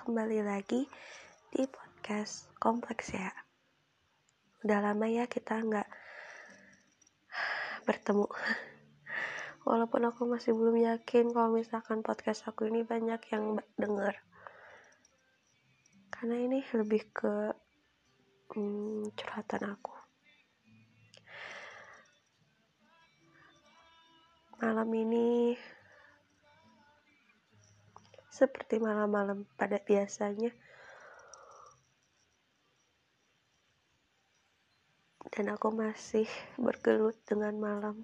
kembali lagi di podcast Kompleks ya. Udah lama ya kita nggak bertemu. Walaupun aku masih belum yakin kalau misalkan podcast aku ini banyak yang denger. Karena ini lebih ke curhatan aku. Malam ini seperti malam-malam pada biasanya. Dan aku masih bergelut dengan malam.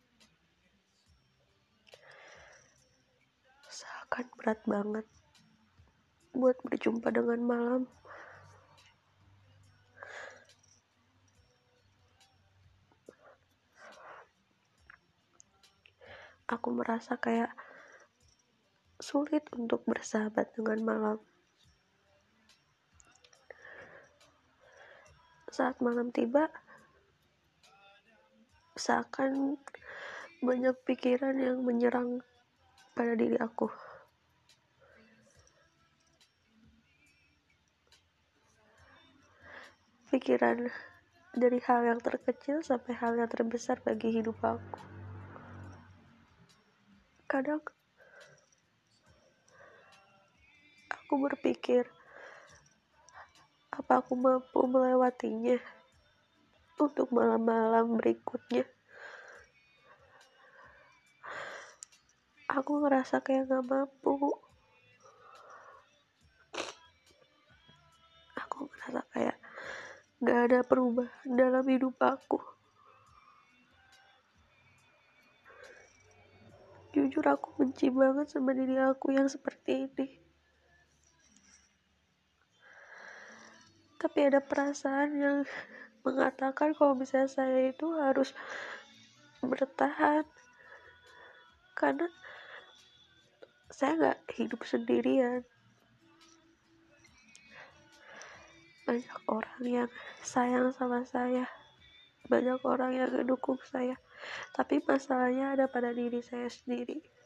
Seakan berat banget buat berjumpa dengan malam. Aku merasa kayak sulit untuk bersahabat dengan malam. Saat malam tiba, seakan banyak pikiran yang menyerang pada diri aku. Pikiran dari hal yang terkecil sampai hal yang terbesar bagi hidup aku. Kadang aku berpikir, apa aku mampu melewatinya untuk malam-malam berikutnya. Aku ngerasa kayak gak mampu. Aku ngerasa kayak gak ada perubahan dalam hidup aku. Jujur aku benci banget sama diri aku yang seperti ini. Tapi ada perasaan yang mengatakan kalau misalnya saya itu harus bertahan. Karena saya gak hidup sendirian. Banyak orang yang sayang sama saya. Banyak orang yang mendukung saya. Tapi masalahnya ada pada diri saya sendiri.